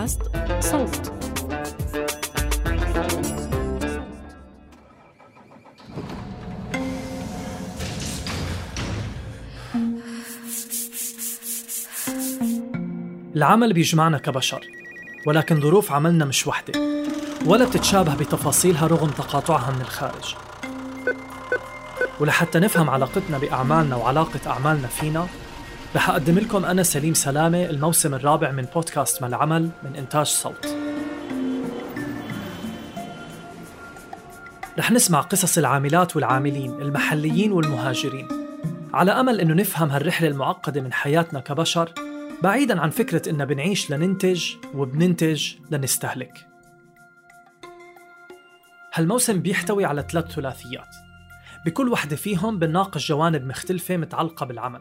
بودكاست صوت. العمل بيجمعنا كبشر، ولكن ظروف عملنا مش وحدة ولا بتتشابه بتفاصيلها رغم تقاطعها من الخارج. ولحتى نفهم علاقتنا بأعمالنا وعلاقة أعمالنا فينا، رح أقدم لكم أنا سليم سلامة الموسم الرابع من بودكاست ما العمل من إنتاج صوت. رح نسمع قصص العاملات والعاملين المحليين والمهاجرين، على أمل إنه نفهم هالرحلة المعقدة من حياتنا كبشر، بعيداً عن فكرة إننا بنعيش لننتج وبننتج لنستهلك. هالموسم بيحتوي على 3 ثلاثيات، بكل وحدة فيهم بنناقش جوانب مختلفة متعلقة بالعمل.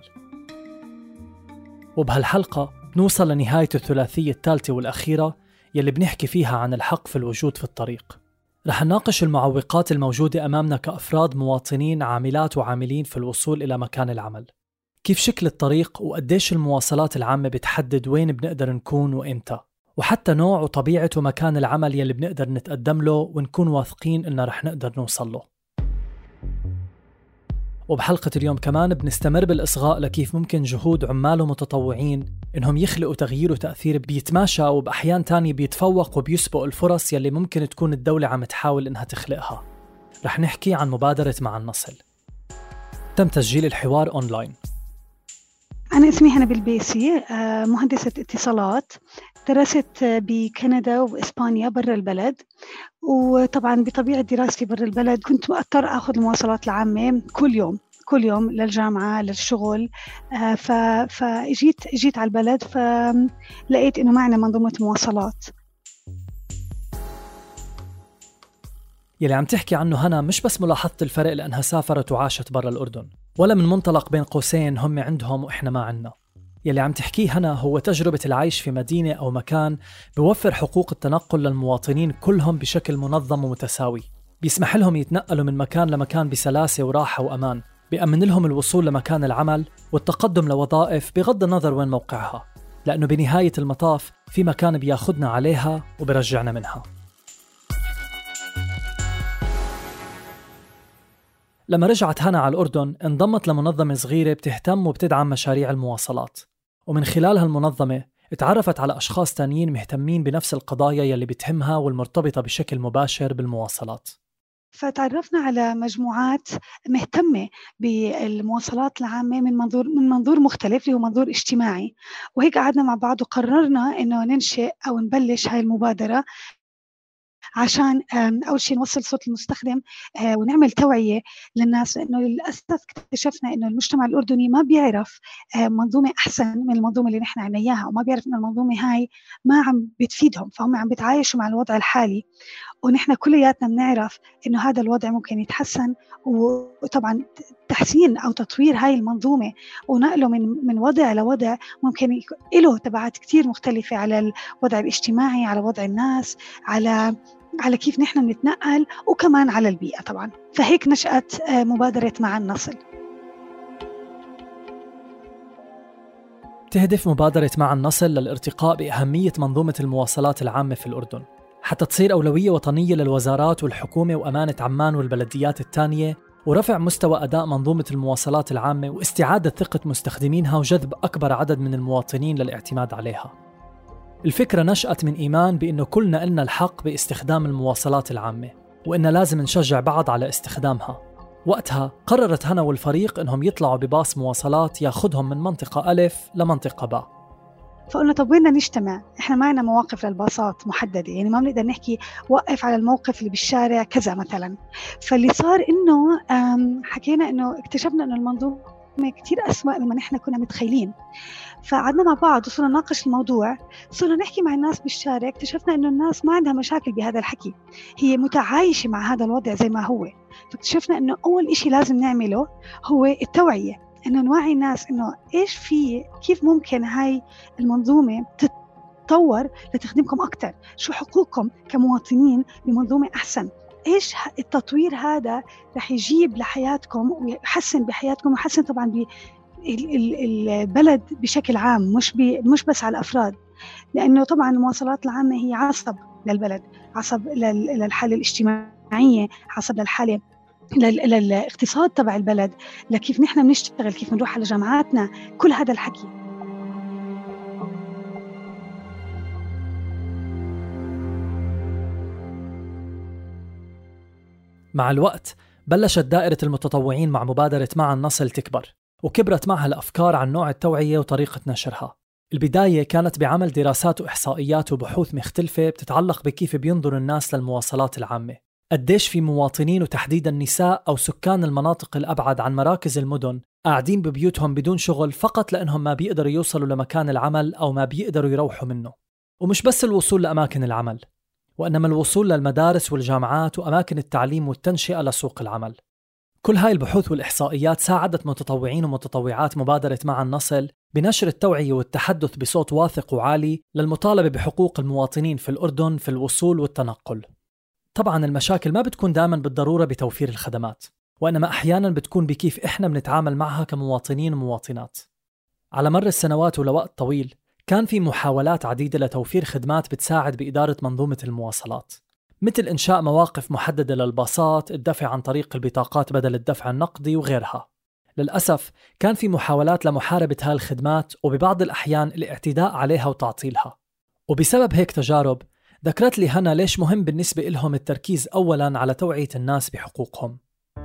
وبهالحلقة نوصل لنهاية الثلاثية الثالثة والأخيرة يلي بنحكي فيها عن الحق في الوجود في الطريق. رح نناقش المعوقات الموجودة أمامنا كأفراد مواطنين عاملات وعاملين في الوصول إلى مكان العمل، كيف شكل الطريق وقديش المواصلات العامة بتحدد وين بنقدر نكون وإمتى، وحتى نوع وطبيعة ومكان العمل يلي بنقدر نتقدم له ونكون واثقين إننا رح نقدر نوصل له. وبحلقة اليوم كمان بنستمر بالإصغاء لكيف ممكن جهود عمال ومتطوعين إنهم يخلقوا تغيير وتأثير بيتماشى وبأحيان تانية بيتفوق وبيسبق الفرص يلي ممكن تكون الدولة عم تحاول إنها تخلقها. رح نحكي عن مبادرة مع النصل. تم تسجيل الحوار أونلاين. أنا اسمي هنا بالبيسي، مهندسة اتصالات، درست بكندا وإسبانيا برا البلد. وطبعا بطبيعة دراستي برا البلد كنت أضطر أخذ المواصلات العامة كل يوم للجامعة للشغل. فجيت على البلد، فلقيت إنه معنا منظومة مواصلات. يلي عم تحكي عنه هنا مش بس ملاحظة الفرق لأنها سافرت وعاشت برا الأردن، ولا من منطلق بين قوسين هم عندهم وإحنا ما عنا. يلي عم تحكيه هنا هو تجربة العيش في مدينة أو مكان بيوفر حقوق التنقل للمواطنين كلهم بشكل منظم ومتساوي، بيسمح لهم يتنقلوا من مكان لمكان بسلاسة وراحة وأمان، بيأمن لهم الوصول لمكان العمل والتقدم لوظائف بغض النظر وين موقعها، لأنه بنهاية المطاف في مكان بياخدنا عليها وبرجعنا منها. لما رجعت هنا على الأردن انضمت لمنظمة صغيرة بتهتم وبتدعم مشاريع المواصلات، ومن خلال هالمنظمة اتعرفت على أشخاص تانيين مهتمين بنفس القضايا يلي بتهمها والمرتبطة بشكل مباشر بالمواصلات. فتعرفنا على مجموعات مهتمة بالمواصلات العامة من منظور مختلف، اللي هو منظور اجتماعي. وهيك قعدنا مع بعض وقررنا إنه ننشئ أو نبلش هاي المبادرة عشان أول شيء نوصل صوت المستخدم ونعمل توعية للناس، لأنه للأسف اكتشفنا إنه المجتمع الأردني ما بيعرف منظومة أحسن من المنظومة اللي نحن عنا إياها، وما بيعرف إن المنظومة هاي ما عم بتفيدهم، فهم عم بتعايشوا مع الوضع الحالي. ونحن كلياتنا بنعرف إنه هذا الوضع ممكن يتحسن، وطبعا تحسين أو تطوير هاي المنظومة ونقله من وضع لوضع ممكن له تبعات كتير مختلفة على الوضع الاجتماعي، على وضع الناس، على كيف نحن نتنقل، وكمان على البيئة طبعا. فهيك نشأت مبادرة مع النصل. تهدف مبادرة مع النصل للارتقاء بأهمية منظومة المواصلات العامة في الأردن، حتى تصير أولوية وطنية للوزارات والحكومة وأمانة عمان والبلديات التانية، ورفع مستوى أداء منظومة المواصلات العامة واستعادة ثقة مستخدمينها وجذب أكبر عدد من المواطنين للاعتماد عليها. الفكرة نشأت من إيمان بأنه كلنا لنا الحق باستخدام المواصلات العامة، وإننا لازم نشجع بعض على استخدامها. وقتها قررت هنا والفريق إنهم يطلعوا بباص مواصلات ياخدهم من منطقة ألف لمنطقة باء. فقلنا طب وين نجتمع؟ إحنا معنا مواقف للباصات محددة، يعني ما بنقدر نحكي وقف على الموقف اللي بالشارع كذا مثلا. فاللي صار إنه حكينا إنه اكتشفنا إنه المنظومة كتير أسوأ مما نحن كنا متخيلين. فقعدنا مع بعض وصرنا نناقش الموضوع، صرنا نحكي مع الناس بالشارع، اكتشفنا إنه الناس ما عندها مشاكل بهذا الحكي، هي متعايشة مع هذا الوضع زي ما هو. فاكتشفنا إنه أول إشي لازم نعمله هو التوعية، إنه نوعي الناس إنه إيش كيف ممكن هاي المنظومة تتطور لتخدمكم أكتر، شو حقوقكم كمواطنين بمنظومة أحسن، إيش التطوير هذا رح يجيب لحياتكم ويحسن بحياتكم ويحسن طبعاً البلد بشكل عام، مش بس على الأفراد. لأنه طبعا المواصلات العامة هي عصب للبلد، عصب للحالة الاجتماعية، عصب للحالة للاقتصاد تبع البلد، لكيف نحن بنشتغل، كيف نروح على جامعاتنا، كل هذا الحكي. مع الوقت بلشت دائرة المتطوعين مع مبادرة معا نصل تكبر، وكبرت معها الأفكار عن نوع التوعية وطريقة نشرها. البداية كانت بعمل دراسات وإحصائيات وبحوث مختلفة بتتعلق بكيف بينظر الناس للمواصلات العامة، قديش في مواطنين وتحديدا نساء أو سكان المناطق الأبعد عن مراكز المدن قاعدين ببيوتهم بدون شغل فقط لأنهم ما بيقدروا يوصلوا لمكان العمل أو ما بيقدروا يروحوا منه. ومش بس الوصول لأماكن العمل، وإنما الوصول للمدارس والجامعات وأماكن التعليم والتنشئة لسوق العمل. كل هاي البحوث والإحصائيات ساعدت متطوعين ومتطوعات مبادرة معا نصل بنشر التوعية والتحدث بصوت واثق وعالي للمطالبة بحقوق المواطنين في الأردن في الوصول والتنقل. طبعا المشاكل ما بتكون دائما بالضرورة بتوفير الخدمات، وإنما أحيانا بتكون بكيف إحنا بنتعامل معها كمواطنين ومواطنات. على مر السنوات ولوقت طويل كان في محاولات عديدة لتوفير خدمات بتساعد بإدارة منظومة المواصلات، مثل إنشاء مواقف محددة للباصات، الدفع عن طريق البطاقات بدل الدفع النقدي وغيرها. للأسف كان في محاولات لمحاربة هاي الخدمات وببعض الأحيان الاعتداء عليها وتعطيلها. وبسبب هيك تجارب ذكرت لي هنا ليش مهم بالنسبة لهم التركيز أولاً على توعية الناس بحقوقهم.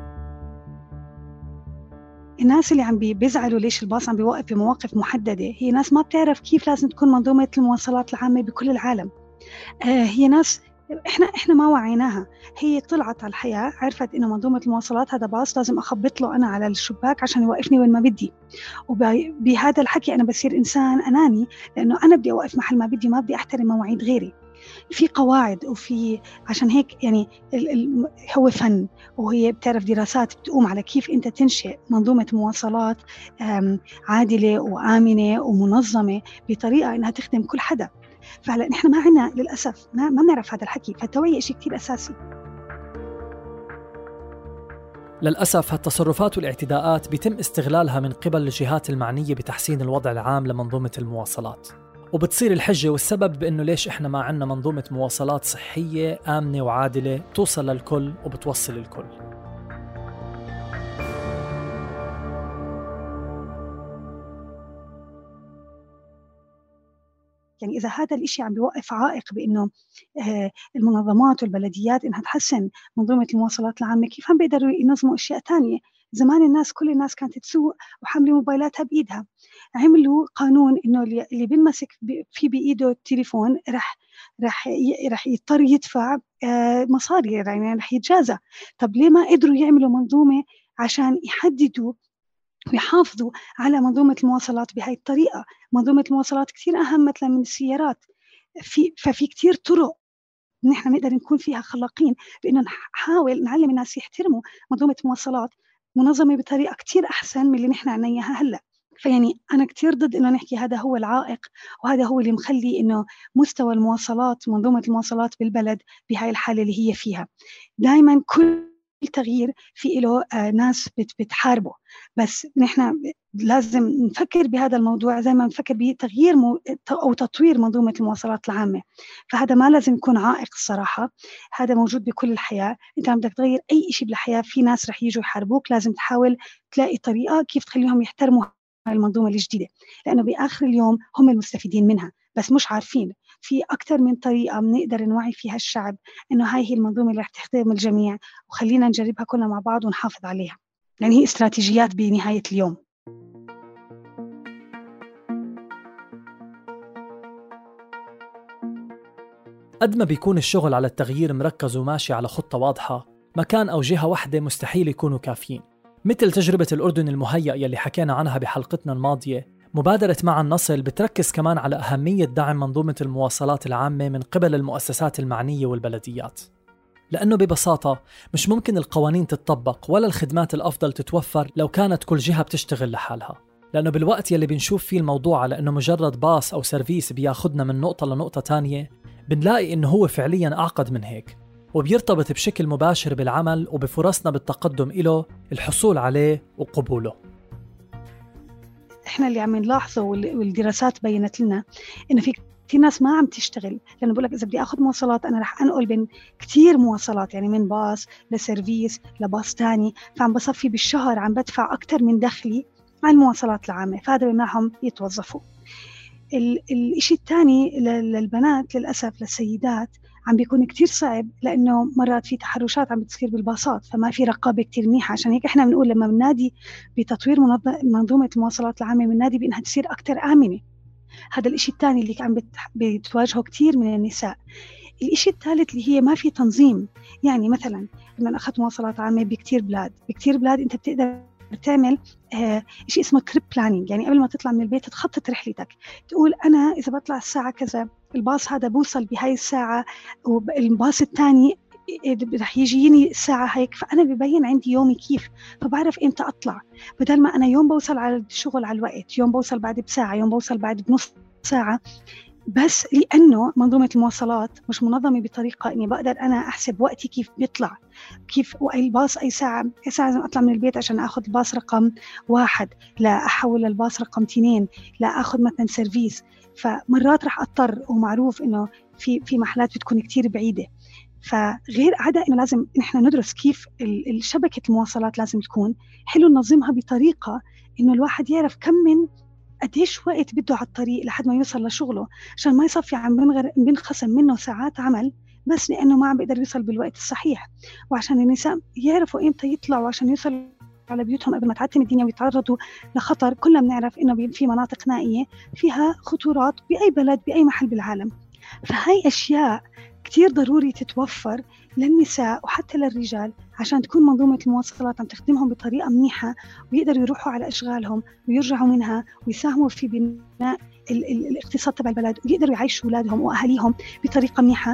الناس اللي عم بيزعلوا ليش الباص عم بيوقف بمواقف محددة هي ناس ما بتعرف كيف لازم تكون منظومة المواصلات العامة بكل العالم. هي ناس احنا ما وعيناها. هي طلعت على الحياة عرفت انه منظومة المواصلات هذا باص لازم اخبط له انا على الشباك عشان يوقفني وين ما بدي، وبهذا الحكي انا بصير انسان اناني لانه انا بدي اوقف محل ما بدي، ما بدي احترم مواعيد غيري. في قواعد وفي عشان هيك يعني هو فن، وهي بتعرف دراسات بتقوم على كيف انت تنشئ منظومة مواصلات عادلة وآمنة ومنظمة بطريقة انها تخدم كل حدا. فهلا نحن ما عنا للأسف ما بنعرف هذا الحكي، فالتوعية شيء كتير أساسي. للأسف هالتصرفات والاعتداءات بيتم استغلالها من قبل الجهات المعنية بتحسين الوضع العام لمنظومة المواصلات، وبتصير الحجة والسبب بأنه ليش إحنا ما عنا منظومة مواصلات صحية آمنة وعادلة توصل للكل وبتوصل الكل. يعني إذا هذا الإشي عم بيوقف عائق بأنه المنظمات والبلديات إنها تحسن منظومة المواصلات العامة، كيف هم بيقدروا ينظموا أشياء تانية؟ زمان كل الناس كانت تسوق وحاملة موبايلاتها بإيدها. عملوا قانون إنه اللي بيمسك في بإيده التليفون رح يضطر يدفع مصاري، يعني رح يتجازى. طب ليه ما قدروا يعملوا منظومة عشان يحددوا ويحافظوا على منظومة المواصلات بهاي الطريقة؟ منظومة المواصلات كتير أهم مثلا من السيارات. ففي كتير طرق نحن نقدر نكون فيها خلاقين بأنه نحاول نعلم الناس يحترموا منظومة مواصلات منظمة بطريقة كتير أحسن من اللي نحن عنا إياها هلأ. فيعني أنا كتير ضد إنه نحكي هذا هو العائق وهذا هو اللي مخلي إنه مستوى المواصلات منظومة المواصلات بالبلد بهاي الحالة اللي هي فيها. دائما كل تغيير في له ناس بتحاربه، بس نحن لازم نفكر بهذا الموضوع زي ما نفكر بتغيير أو تطوير منظومة المواصلات العامة. فهذا ما لازم يكون عائق الصراحة، هذا موجود بكل الحياة. أنت عم بدك تغير أي شيء بالحياة في ناس رح يجوا يحاربوك، لازم تحاول تلاقي طريقة كيف تخليهم يحترموا هاي المنظومة الجديدة، لأنه بآخر اليوم هم المستفيدين منها بس مش عارفين. في أكثر من طريقة بنقدر نوعي فيها الشعب إنه هاي هي المنظومة اللي رح تخدم الجميع، وخلينا نجربها كلنا مع بعض ونحافظ عليها، لأن هي استراتيجيات بنهاية اليوم. قد ما بيكون الشغل على التغيير مركز وماشي على خطة واضحة، مكان أو جهة واحدة مستحيل يكونوا كافيين. مثل تجربة الأردن المهيئة يلي حكينا عنها بحلقتنا الماضية، مبادرة معا نصل بتركز كمان على أهمية دعم منظومة المواصلات العامة من قبل المؤسسات المعنية والبلديات، لأنه ببساطة مش ممكن القوانين تتطبق ولا الخدمات الأفضل تتوفر لو كانت كل جهة بتشتغل لحالها. لأنه بالوقت يلي بنشوف فيه الموضوع على أنه مجرد باص أو سيرفيس بياخدنا من نقطة لنقطة تانية، بنلاقي أنه هو فعلياً أعقد من هيك، وبيرتبط بشكل مباشر بالعمل وبفرصنا بالتقدم إله، الحصول عليه وقبوله. إحنا اللي عم نلاحظه والدراسات بيّنت لنا إنه في في ناس ما عم تشتغل، لأنه بقول لك إذا بدي أخذ مواصلات أنا رح أنقل بين كتير مواصلات، يعني من باص لسيرفيس لباص تاني، فعم بصفي بالشهر عم بدفع أكتر من دخلي على المواصلات العامة، فهذا بمنعهم يتوظفوا. الإشي الثاني للبنات للأسف للسيدات عم بيكون كتير صعب، لأنه مرات في تحرشات عم بتصير بالباصات، فما في رقابة كتير منيحة. عشان هيك إحنا بنقول لما بننادي بتطوير منظومة المواصلات العامة بننادي بأنها تصير أكتر آمنة. هذا الإشي الثاني اللي عم بتواجهه كتير من النساء. الإشي الثالث اللي هي ما في تنظيم. يعني مثلا لما أخذت مواصلات عامة بكتير بلاد أنت بتقدر تعمل شيء اسمه تريب بلانينج، يعني قبل ما تطلع من البيت تخطط رحلتك، تقول أنا إذا بطلع الساعة كذا الباص هذا بوصل بهاي الساعة، والباص الثاني رح يجيني الساعة هيك، فأنا ببين عندي يومي كيف، فبعرف إمتى أطلع، بدل ما أنا يوم بوصل على الشغل على الوقت، يوم بوصل بعد بساعة، يوم بوصل بعد بنص ساعة. بس لأنه منظومة المواصلات مش منظمة بطريقة إني بقدر أنا أحسب وقتي كيف بيطلع، كيف الباص أي ساعة لازم أطلع من البيت عشان أخذ الباص رقم 1، لا أحول للباص رقم 2، لا أخذ مثلا سيرفيس. فمرات رح أضطر، ومعروف إنه في محلات بتكون كتير بعيدة، فغير عدا إنه لازم نحن ندرس كيف الشبكة المواصلات لازم تكون حلو، ننظمها بطريقة إنه الواحد يعرف كم من قديش وقت بده على الطريق لحد ما يوصل لشغله، عشان ما يصفي عم بنخصم منه ساعات عمل بس لأنه ما عم بيقدر يوصل بالوقت الصحيح. وعشان النساء يعرفوا إمتى يطلعوا عشان يوصلوا على بيوتهم قبل ما تعتم الدنيا ويتعرضوا لخطر. كلنا بنعرف إنه في مناطق نائية فيها خطورات بأي بلد بأي محل بالعالم. فهاي أشياء كتير ضروري تتوفر للنساء وحتى للرجال عشان تكون منظومة المواصلات عم تخدمهم بطريقة منيحة، ويقدروا يروحوا على أشغالهم ويرجعوا منها ويساهموا في بناء الاقتصاد تبع البلد، ويقدروا يعيشوا أولادهم وأهاليهم بطريقة منيحة.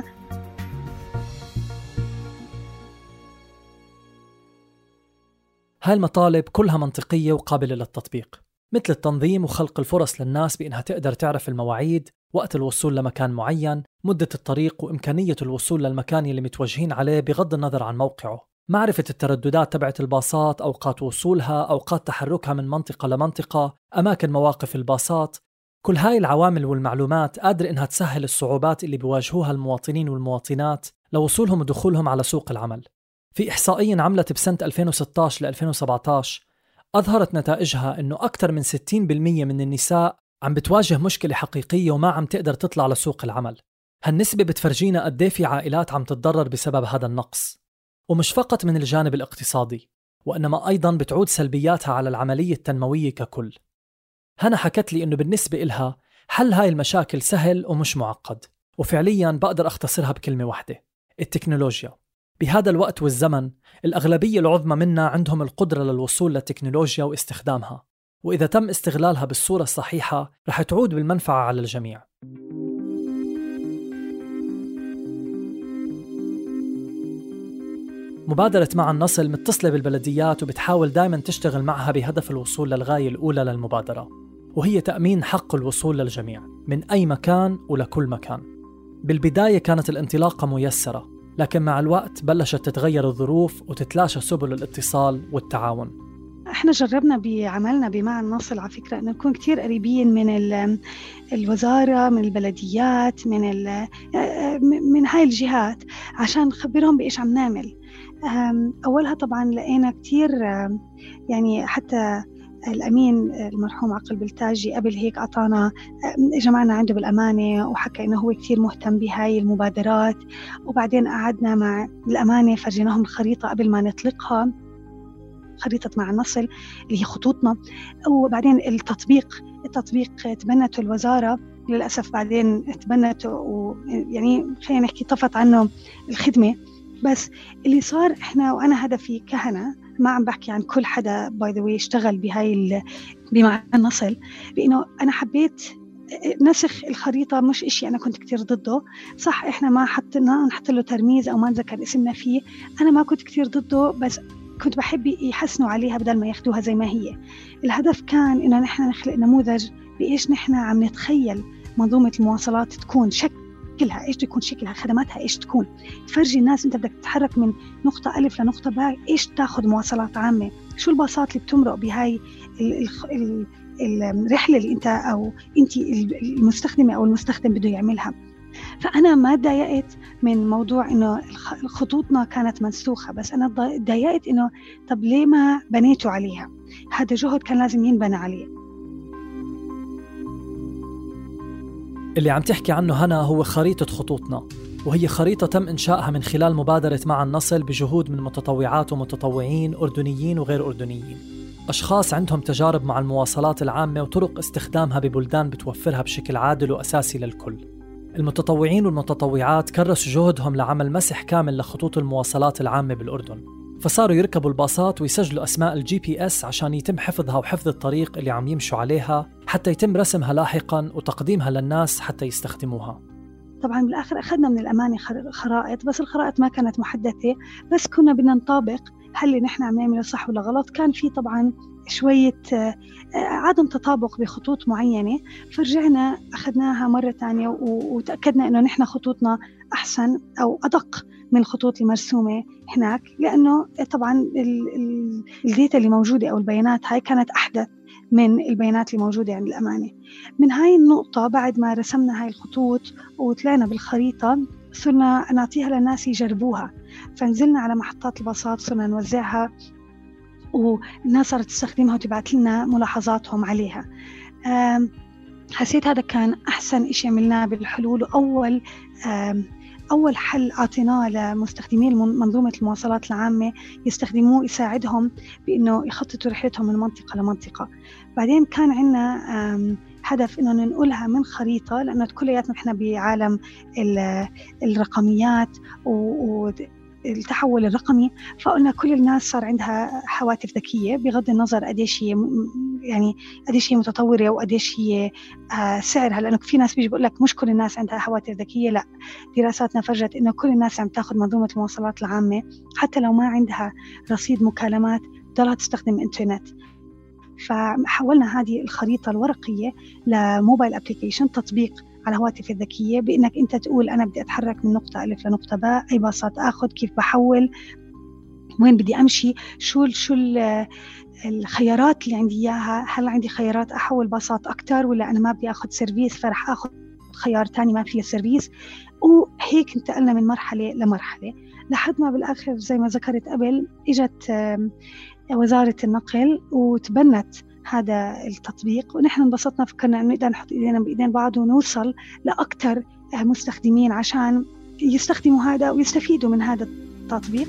هاي المطالب كلها منطقية وقابلة للتطبيق، مثل التنظيم وخلق الفرص للناس بإنها تقدر تعرف المواعيد، وقت الوصول لمكان معين، مدة الطريق، وإمكانية الوصول للمكان اللي متوجهين عليه بغض النظر عن موقعه، معرفة الترددات تبعت الباصات، أوقات وصولها، أوقات تحركها من منطقة لمنطقة، أماكن مواقف الباصات. كل هاي العوامل والمعلومات قادرة إنها تسهل الصعوبات اللي بيواجهوها المواطنين والمواطنات لوصولهم ودخولهم على سوق العمل. في إحصائية عملت بسنة 2016 ل 2017 أظهرت نتائجها إنه أكثر من 60% من النساء عم بتواجه مشكلة حقيقية وما عم تقدر تطلع لسوق العمل. هالنسبة بتفرجينا قديه في عائلات عم تتضرر بسبب هذا النقص، ومش فقط من الجانب الاقتصادي، وإنما أيضاً بتعود سلبياتها على العملية التنموية ككل. هنا حكت لي إنه بالنسبة إلها حل هاي المشاكل سهل ومش معقد، وفعلياً بقدر أختصرها بكلمة واحدة: التكنولوجيا. بهذا الوقت والزمن الأغلبية العظمى منا عندهم القدرة للوصول للتكنولوجيا واستخدامها، وإذا تم استغلالها بالصورة الصحيحة رح تعود بالمنفعة على الجميع. مبادرة مع النصل متصلة بالبلديات وبتحاول دائما تشتغل معها بهدف الوصول للغاية الأولى للمبادرة، وهي تأمين حق الوصول للجميع من أي مكان ولكل مكان. بالبداية كانت الانطلاقة ميسرة، لكن مع الوقت بلشت تتغير الظروف وتتلاشى سبل الاتصال والتعاون. احنا جربنا بعملنا بمع النصل على فكرة أن نكون كتير قريبين من الوزارة، من البلديات، من هاي الجهات عشان نخبرهم بإيش عم نعمل. أولها طبعا لقينا كتير، يعني حتى الأمين المرحوم عقل بلتاجي قبل هيك أعطانا جمعنا عنده بالأمانة وحكى إنه هو كتير مهتم بهاي المبادرات، وبعدين قعدنا مع الأمانة فرجيناهم الخريطة قبل ما نطلقها، خريطة مع النصل اللي هي خطوطنا. وبعدين التطبيق تبنته الوزارة للأسف، بعدين تبنته يعني خلينا نحكي طفت عنه الخدمة. بس اللي صار إحنا، وأنا هدفي كهنة، ما عم بحكي عن كل حدا باي ذا واي اشتغل بمع النصل، بأنه أنا حبيت نسخ الخريطة. مش إشي أنا كنت كتير ضده، صح إحنا ما نحط له ترميز أو ما نذكر اسمنا فيه، أنا ما كنت كتير ضده، بس كنت بحب يحسنوا عليها بدل ما ياخدوها زي ما هي. الهدف كان إنه نحن نخلق نموذج بإيش نحن عم نتخيل منظومة المواصلات تكون، شكلها إيش تكون، شكلها، خدماتها إيش تكون، تفرجي الناس أنت بدك تتحرك من نقطة ألف لنقطة باء إيش تاخد مواصلات عامة، شو الباصات اللي بتمرق بهاي الرحلة اللي أنت أو أنت المستخدمة أو المستخدم بده يعملها. فأنا ما تضايقت من موضوع إنه خطوطنا كانت منسوخة، بس أنا تضايقت إنه طب ليه ما بنيتوا عليها؟ هذا جهد كان لازم ينبنى عليه. اللي عم تحكي عنه هنا هو خريطة خطوطنا، وهي خريطة تم إنشائها من خلال مبادرة معا النصل بجهود من متطوعات ومتطوعين أردنيين وغير أردنيين، أشخاص عندهم تجارب مع المواصلات العامة وطرق استخدامها ببلدان بتوفرها بشكل عادل وأساسي للكل. المتطوعين والمتطوعات كرسوا جهدهم لعمل مسح كامل لخطوط المواصلات العامة بالأردن، فصاروا يركبوا الباصات ويسجلوا أسماء الGPS عشان يتم حفظها وحفظ الطريق اللي عم يمشوا عليها، حتى يتم رسمها لاحقاً وتقديمها للناس حتى يستخدموها. طبعاً بالآخر أخذنا من الأمانة خرائط، بس الخرائط ما كانت محدثة، بس كنا بدنا نطابق هل اللي نحن عم نعمله صح ولا غلط. كان في طبعاً شوية عدم تطابق بخطوط معينة، فرجعنا أخذناها مرة تانية وتأكدنا إنه نحن خطوطنا أحسن أو أدق من الخطوط المرسومة هناك، لأنه طبعاً الديتا اللي موجودة أو البيانات هاي كانت أحدث من البيانات اللي موجودة عند الأمانة. من هاي النقطة بعد ما رسمنا هاي الخطوط وطلعنا بالخريطة صرنا نعطيها للناس يجربوها، فنزلنا على محطات الباصات صرنا نوزعها والناس صارت تستخدمها وتبعت لنا ملاحظاتهم عليها. حسيت هذا كان أحسن إشي عملناه بالحلول، وأول أول حل أعطيناه لمستخدمين منظومة المواصلات العامة يستخدموه يساعدهم بأنه يخططوا رحلتهم من منطقة لمنطقة. بعدين كان عندنا هدف إنه ننقلها من خريطة، لأنه كلياتنا إحنا بعالم الرقميات والتحول الرقمي، فقلنا كل الناس صار عندها هواتف ذكية، بغض النظر قديش هي يعني قديش هي متطورة وقديش هي سعرها، لأنه في ناس بيجي بقول لك مش كل الناس عندها هواتف ذكية. لا، دراساتنا فرجت إنه كل الناس عم تاخذ منظومة المواصلات العامة، حتى لو ما عندها رصيد مكالمات ضلها تستخدم إنترنت. فحولنا هذه الخريطة الورقية لموبايل أبليكيشن، تطبيق على الهواتف الذكية، بإنك أنت تقول أنا بدي أتحرك من نقطة ألف لنقطة باء، أي باصات أخذ، كيف بحول، وين بدي أمشي، شو الخيارات اللي عندي إياها، هل عندي خيارات أحول باصات أكتر ولا أنا ما بدي أخذ سيرفيس فرح أخذ خيار تاني ما فيه سيرفيس. وهيك انتقلنا من مرحلة لمرحلة لحد ما بالآخر زي ما ذكرت قبل إجت وزارة النقل وتبنت هذا التطبيق، ونحن انبسطنا، فكرنا أنه نقدر نحط إيدينا بإيدين بعض ونوصل لأكثر مستخدمين عشان يستخدموا هذا ويستفيدوا من هذا التطبيق.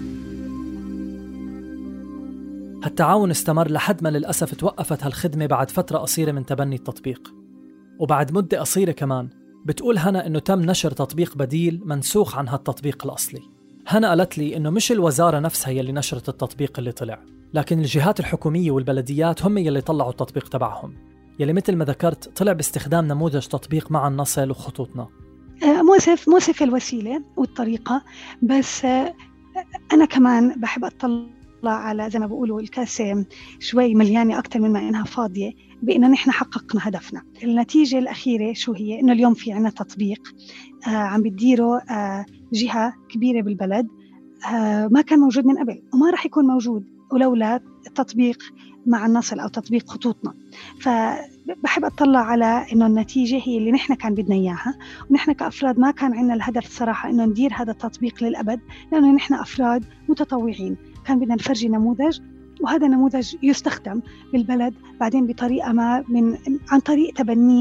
هالتعاون استمر لحد ما للأسف توقفت هالخدمة بعد فترة قصيرة من تبني التطبيق، وبعد مدة قصيرة كمان بتقول هنا إنه تم نشر تطبيق بديل منسوخ عن هالتطبيق الأصلي. هنا قالت لي إنه مش الوزارة نفسها يلي نشرت التطبيق اللي طلع، لكن الجهات الحكومية والبلديات هم يلي طلعوا التطبيق تبعهم، يلي مثل ما ذكرت طلع باستخدام نموذج تطبيق معا النصل وخطوطنا. موسف الوسيلة والطريقة، بس أنا كمان بحب أطلع على زي ما بقولوا الكاسة شوي مليانة أكتر من ما إنها فاضية، بأن نحن حققنا هدفنا. النتيجة الأخيرة شو هي؟ إنه اليوم في عنا تطبيق عم بتديره جهة كبيرة بالبلد، ما كان موجود من قبل وما رح يكون موجود ولولا التطبيق مع النصل أو تطبيق خطوطنا. فبحب أطلع على إنه النتيجة هي اللي نحن كان بدنا إياها، ونحن كأفراد ما كان عنا الهدف الصراحة إنه ندير هذا التطبيق للأبد، لأنه نحن أفراد متطوعين، كان بدنا نفرجي نموذج، وهذا النموذج يستخدم بالبلد بعدين بطريقة ما عن طريق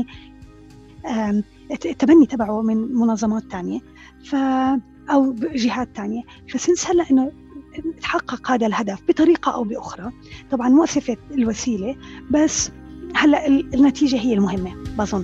تبني تبعه من منظمات تانية أو جهات تانية. فسنس هلأ إنه تحقق هذا الهدف بطريقة أو بأخرى، طبعاً مؤسفة الوسيلة، بس هلأ النتيجة هي المهمة بظن.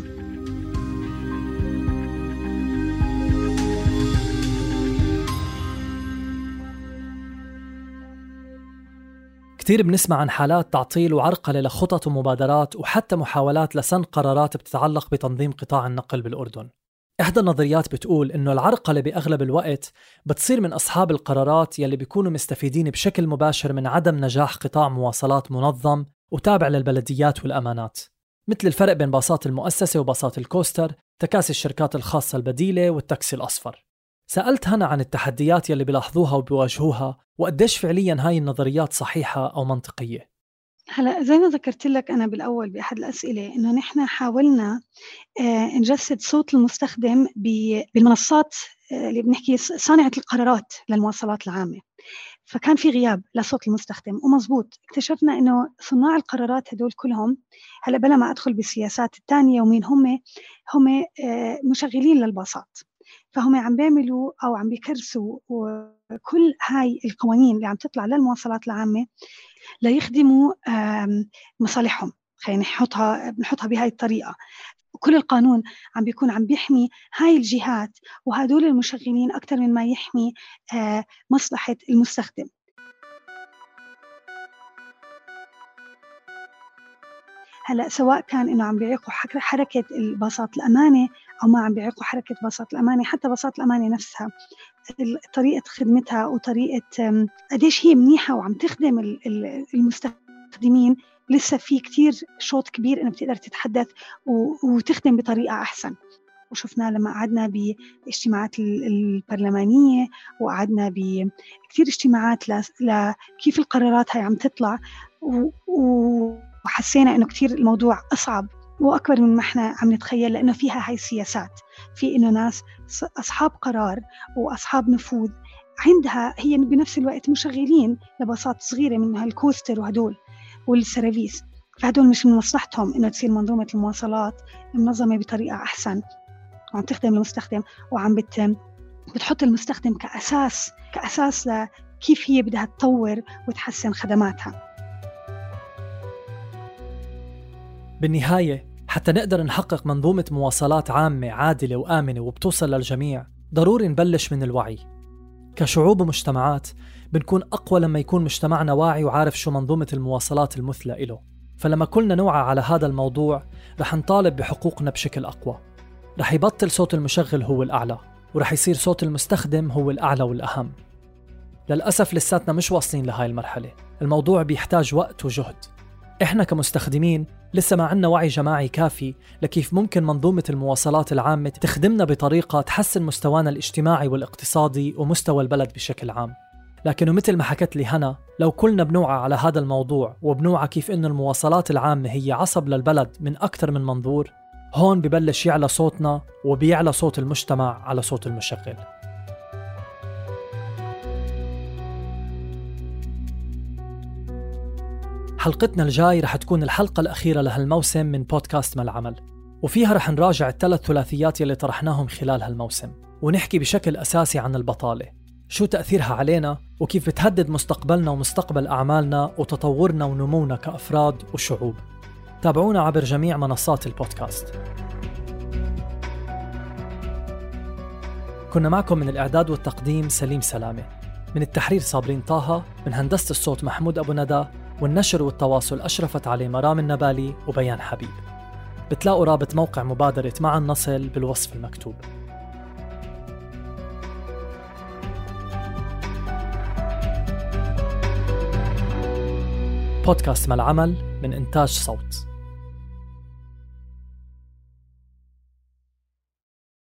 كتير بنسمع عن حالات تعطيل وعرقلة لخطط ومبادرات وحتى محاولات لسن قرارات بتتعلق بتنظيم قطاع النقل بالأردن. إحدى النظريات بتقول إنه العرقلة بأغلب الوقت بتصير من أصحاب القرارات يلي بيكونوا مستفيدين بشكل مباشر من عدم نجاح قطاع مواصلات منظم وتابع للبلديات والأمانات، مثل الفرق بين باصات المؤسسة وباصات الكوستر، تكاسي الشركات الخاصة البديلة والتاكسي الأصفر. سألت هنا عن التحديات يلي بيلاحظوها وبيواجهوها، وقديش فعلياً هاي النظريات صحيحة أو منطقية. هلأ زي ما ذكرت لك أنا بالأول بأحد الأسئلة إنه نحن حاولنا نجسد صوت المستخدم بالمنصات اللي بنحكي صانعة القرارات للمواصلات العامة، فكان في غياب لصوت المستخدم. ومزبوط اكتشفنا إنه صناع القرارات هدول كلهم هلأ بلا ما أدخل بالسياسات التانية ومين هم مشغلين للباصات، فهم عم بيعملوا أو عم بيكرسوا كل هاي القوانين اللي عم تطلع للمواصلات العامة ليخدموا مصالحهم. خلينا نحطها بهاي الطريقة. وكل القانون عم بيكون عم بيحمي هاي الجهات وهدول المشغلين أكثر من ما يحمي مصلحة المستخدم. هلأ سواء كان إنه عم بيعيقوا حركة الباصات الأمانة أو ما عم بيعيقوا حركة باصات الأمانة، حتى باصات الأمانة نفسها طريقة خدمتها وطريقة قديش هي منيحة وعم تخدم المستخدمين، لسه في كتير شوط كبير إنه بتقدر تتحدث وتخدم بطريقة أحسن. وشفنا لما قعدنا باجتماعات البرلمانية وقعدنا بكتير اجتماعات لكيف القرارات هاي عم تطلع، وحسينا إنه كتير الموضوع أصعب وأكبر من ما احنا عم نتخيل، لأنه فيها هاي السياسات، في إنه ناس أصحاب قرار وأصحاب نفوذ عندها هي بنفس الوقت مشغلين لباصات صغيرة من هالكوستر وهدول والسيرفيس، فهدول مش من مصلحتهم إنه تصير منظومة المواصلات منظمة بطريقة أحسن وعم تخدم المستخدم وعم بتحط المستخدم كأساس لكيف هي بدها تطور وتحسن خدماتها. بالنهاية حتى نقدر نحقق منظومة مواصلات عامة عادلة وآمنة وبتوصل للجميع، ضروري نبلش من الوعي. كشعوب ومجتمعات بنكون أقوى لما يكون مجتمعنا واعي وعارف شو منظومة المواصلات المثلى إله. فلما كلنا نوعى على هذا الموضوع رح نطالب بحقوقنا بشكل أقوى، رح يبطل صوت المشغل هو الأعلى ورح يصير صوت المستخدم هو الأعلى والأهم. للأسف لساتنا مش واصلين لهاي المرحلة، الموضوع بيحتاج وقت وجهد. إحنا كمستخدمين لسه ما عنا وعي جماعي كافي لكيف ممكن منظومة المواصلات العامة تخدمنا بطريقة تحسن مستوانا الاجتماعي والاقتصادي ومستوى البلد بشكل عام. لكن مثل ما حكت لي هنا، لو كلنا بنوعى على هذا الموضوع وبنوعى كيف إنه المواصلات العامة هي عصب للبلد من أكثر من منظور، هون ببلش يعلى صوتنا وبيعلى صوت المجتمع على صوت المشغل. حلقتنا الجاي رح تكون الحلقة الأخيرة لهالموسم من بودكاست ما العمل، وفيها رح نراجع ال3 ثلاثيات يلي طرحناهم خلال هالموسم، ونحكي بشكل أساسي عن البطالة، شو تأثيرها علينا وكيف بتهدد مستقبلنا ومستقبل أعمالنا وتطورنا ونمونا كأفراد وشعوب. تابعونا عبر جميع منصات البودكاست. كنا معكم من الإعداد والتقديم سليم سلامة، من التحرير صابرين طه، من هندسة الصوت محمود أبو ندى، والنشر والتواصل أشرفت عليه مرام النبالي وبيان حبيب. بتلاقوا رابط موقع مبادرة مع النصل بالوصف المكتوب. بودكاست ما العمل من إنتاج صوت.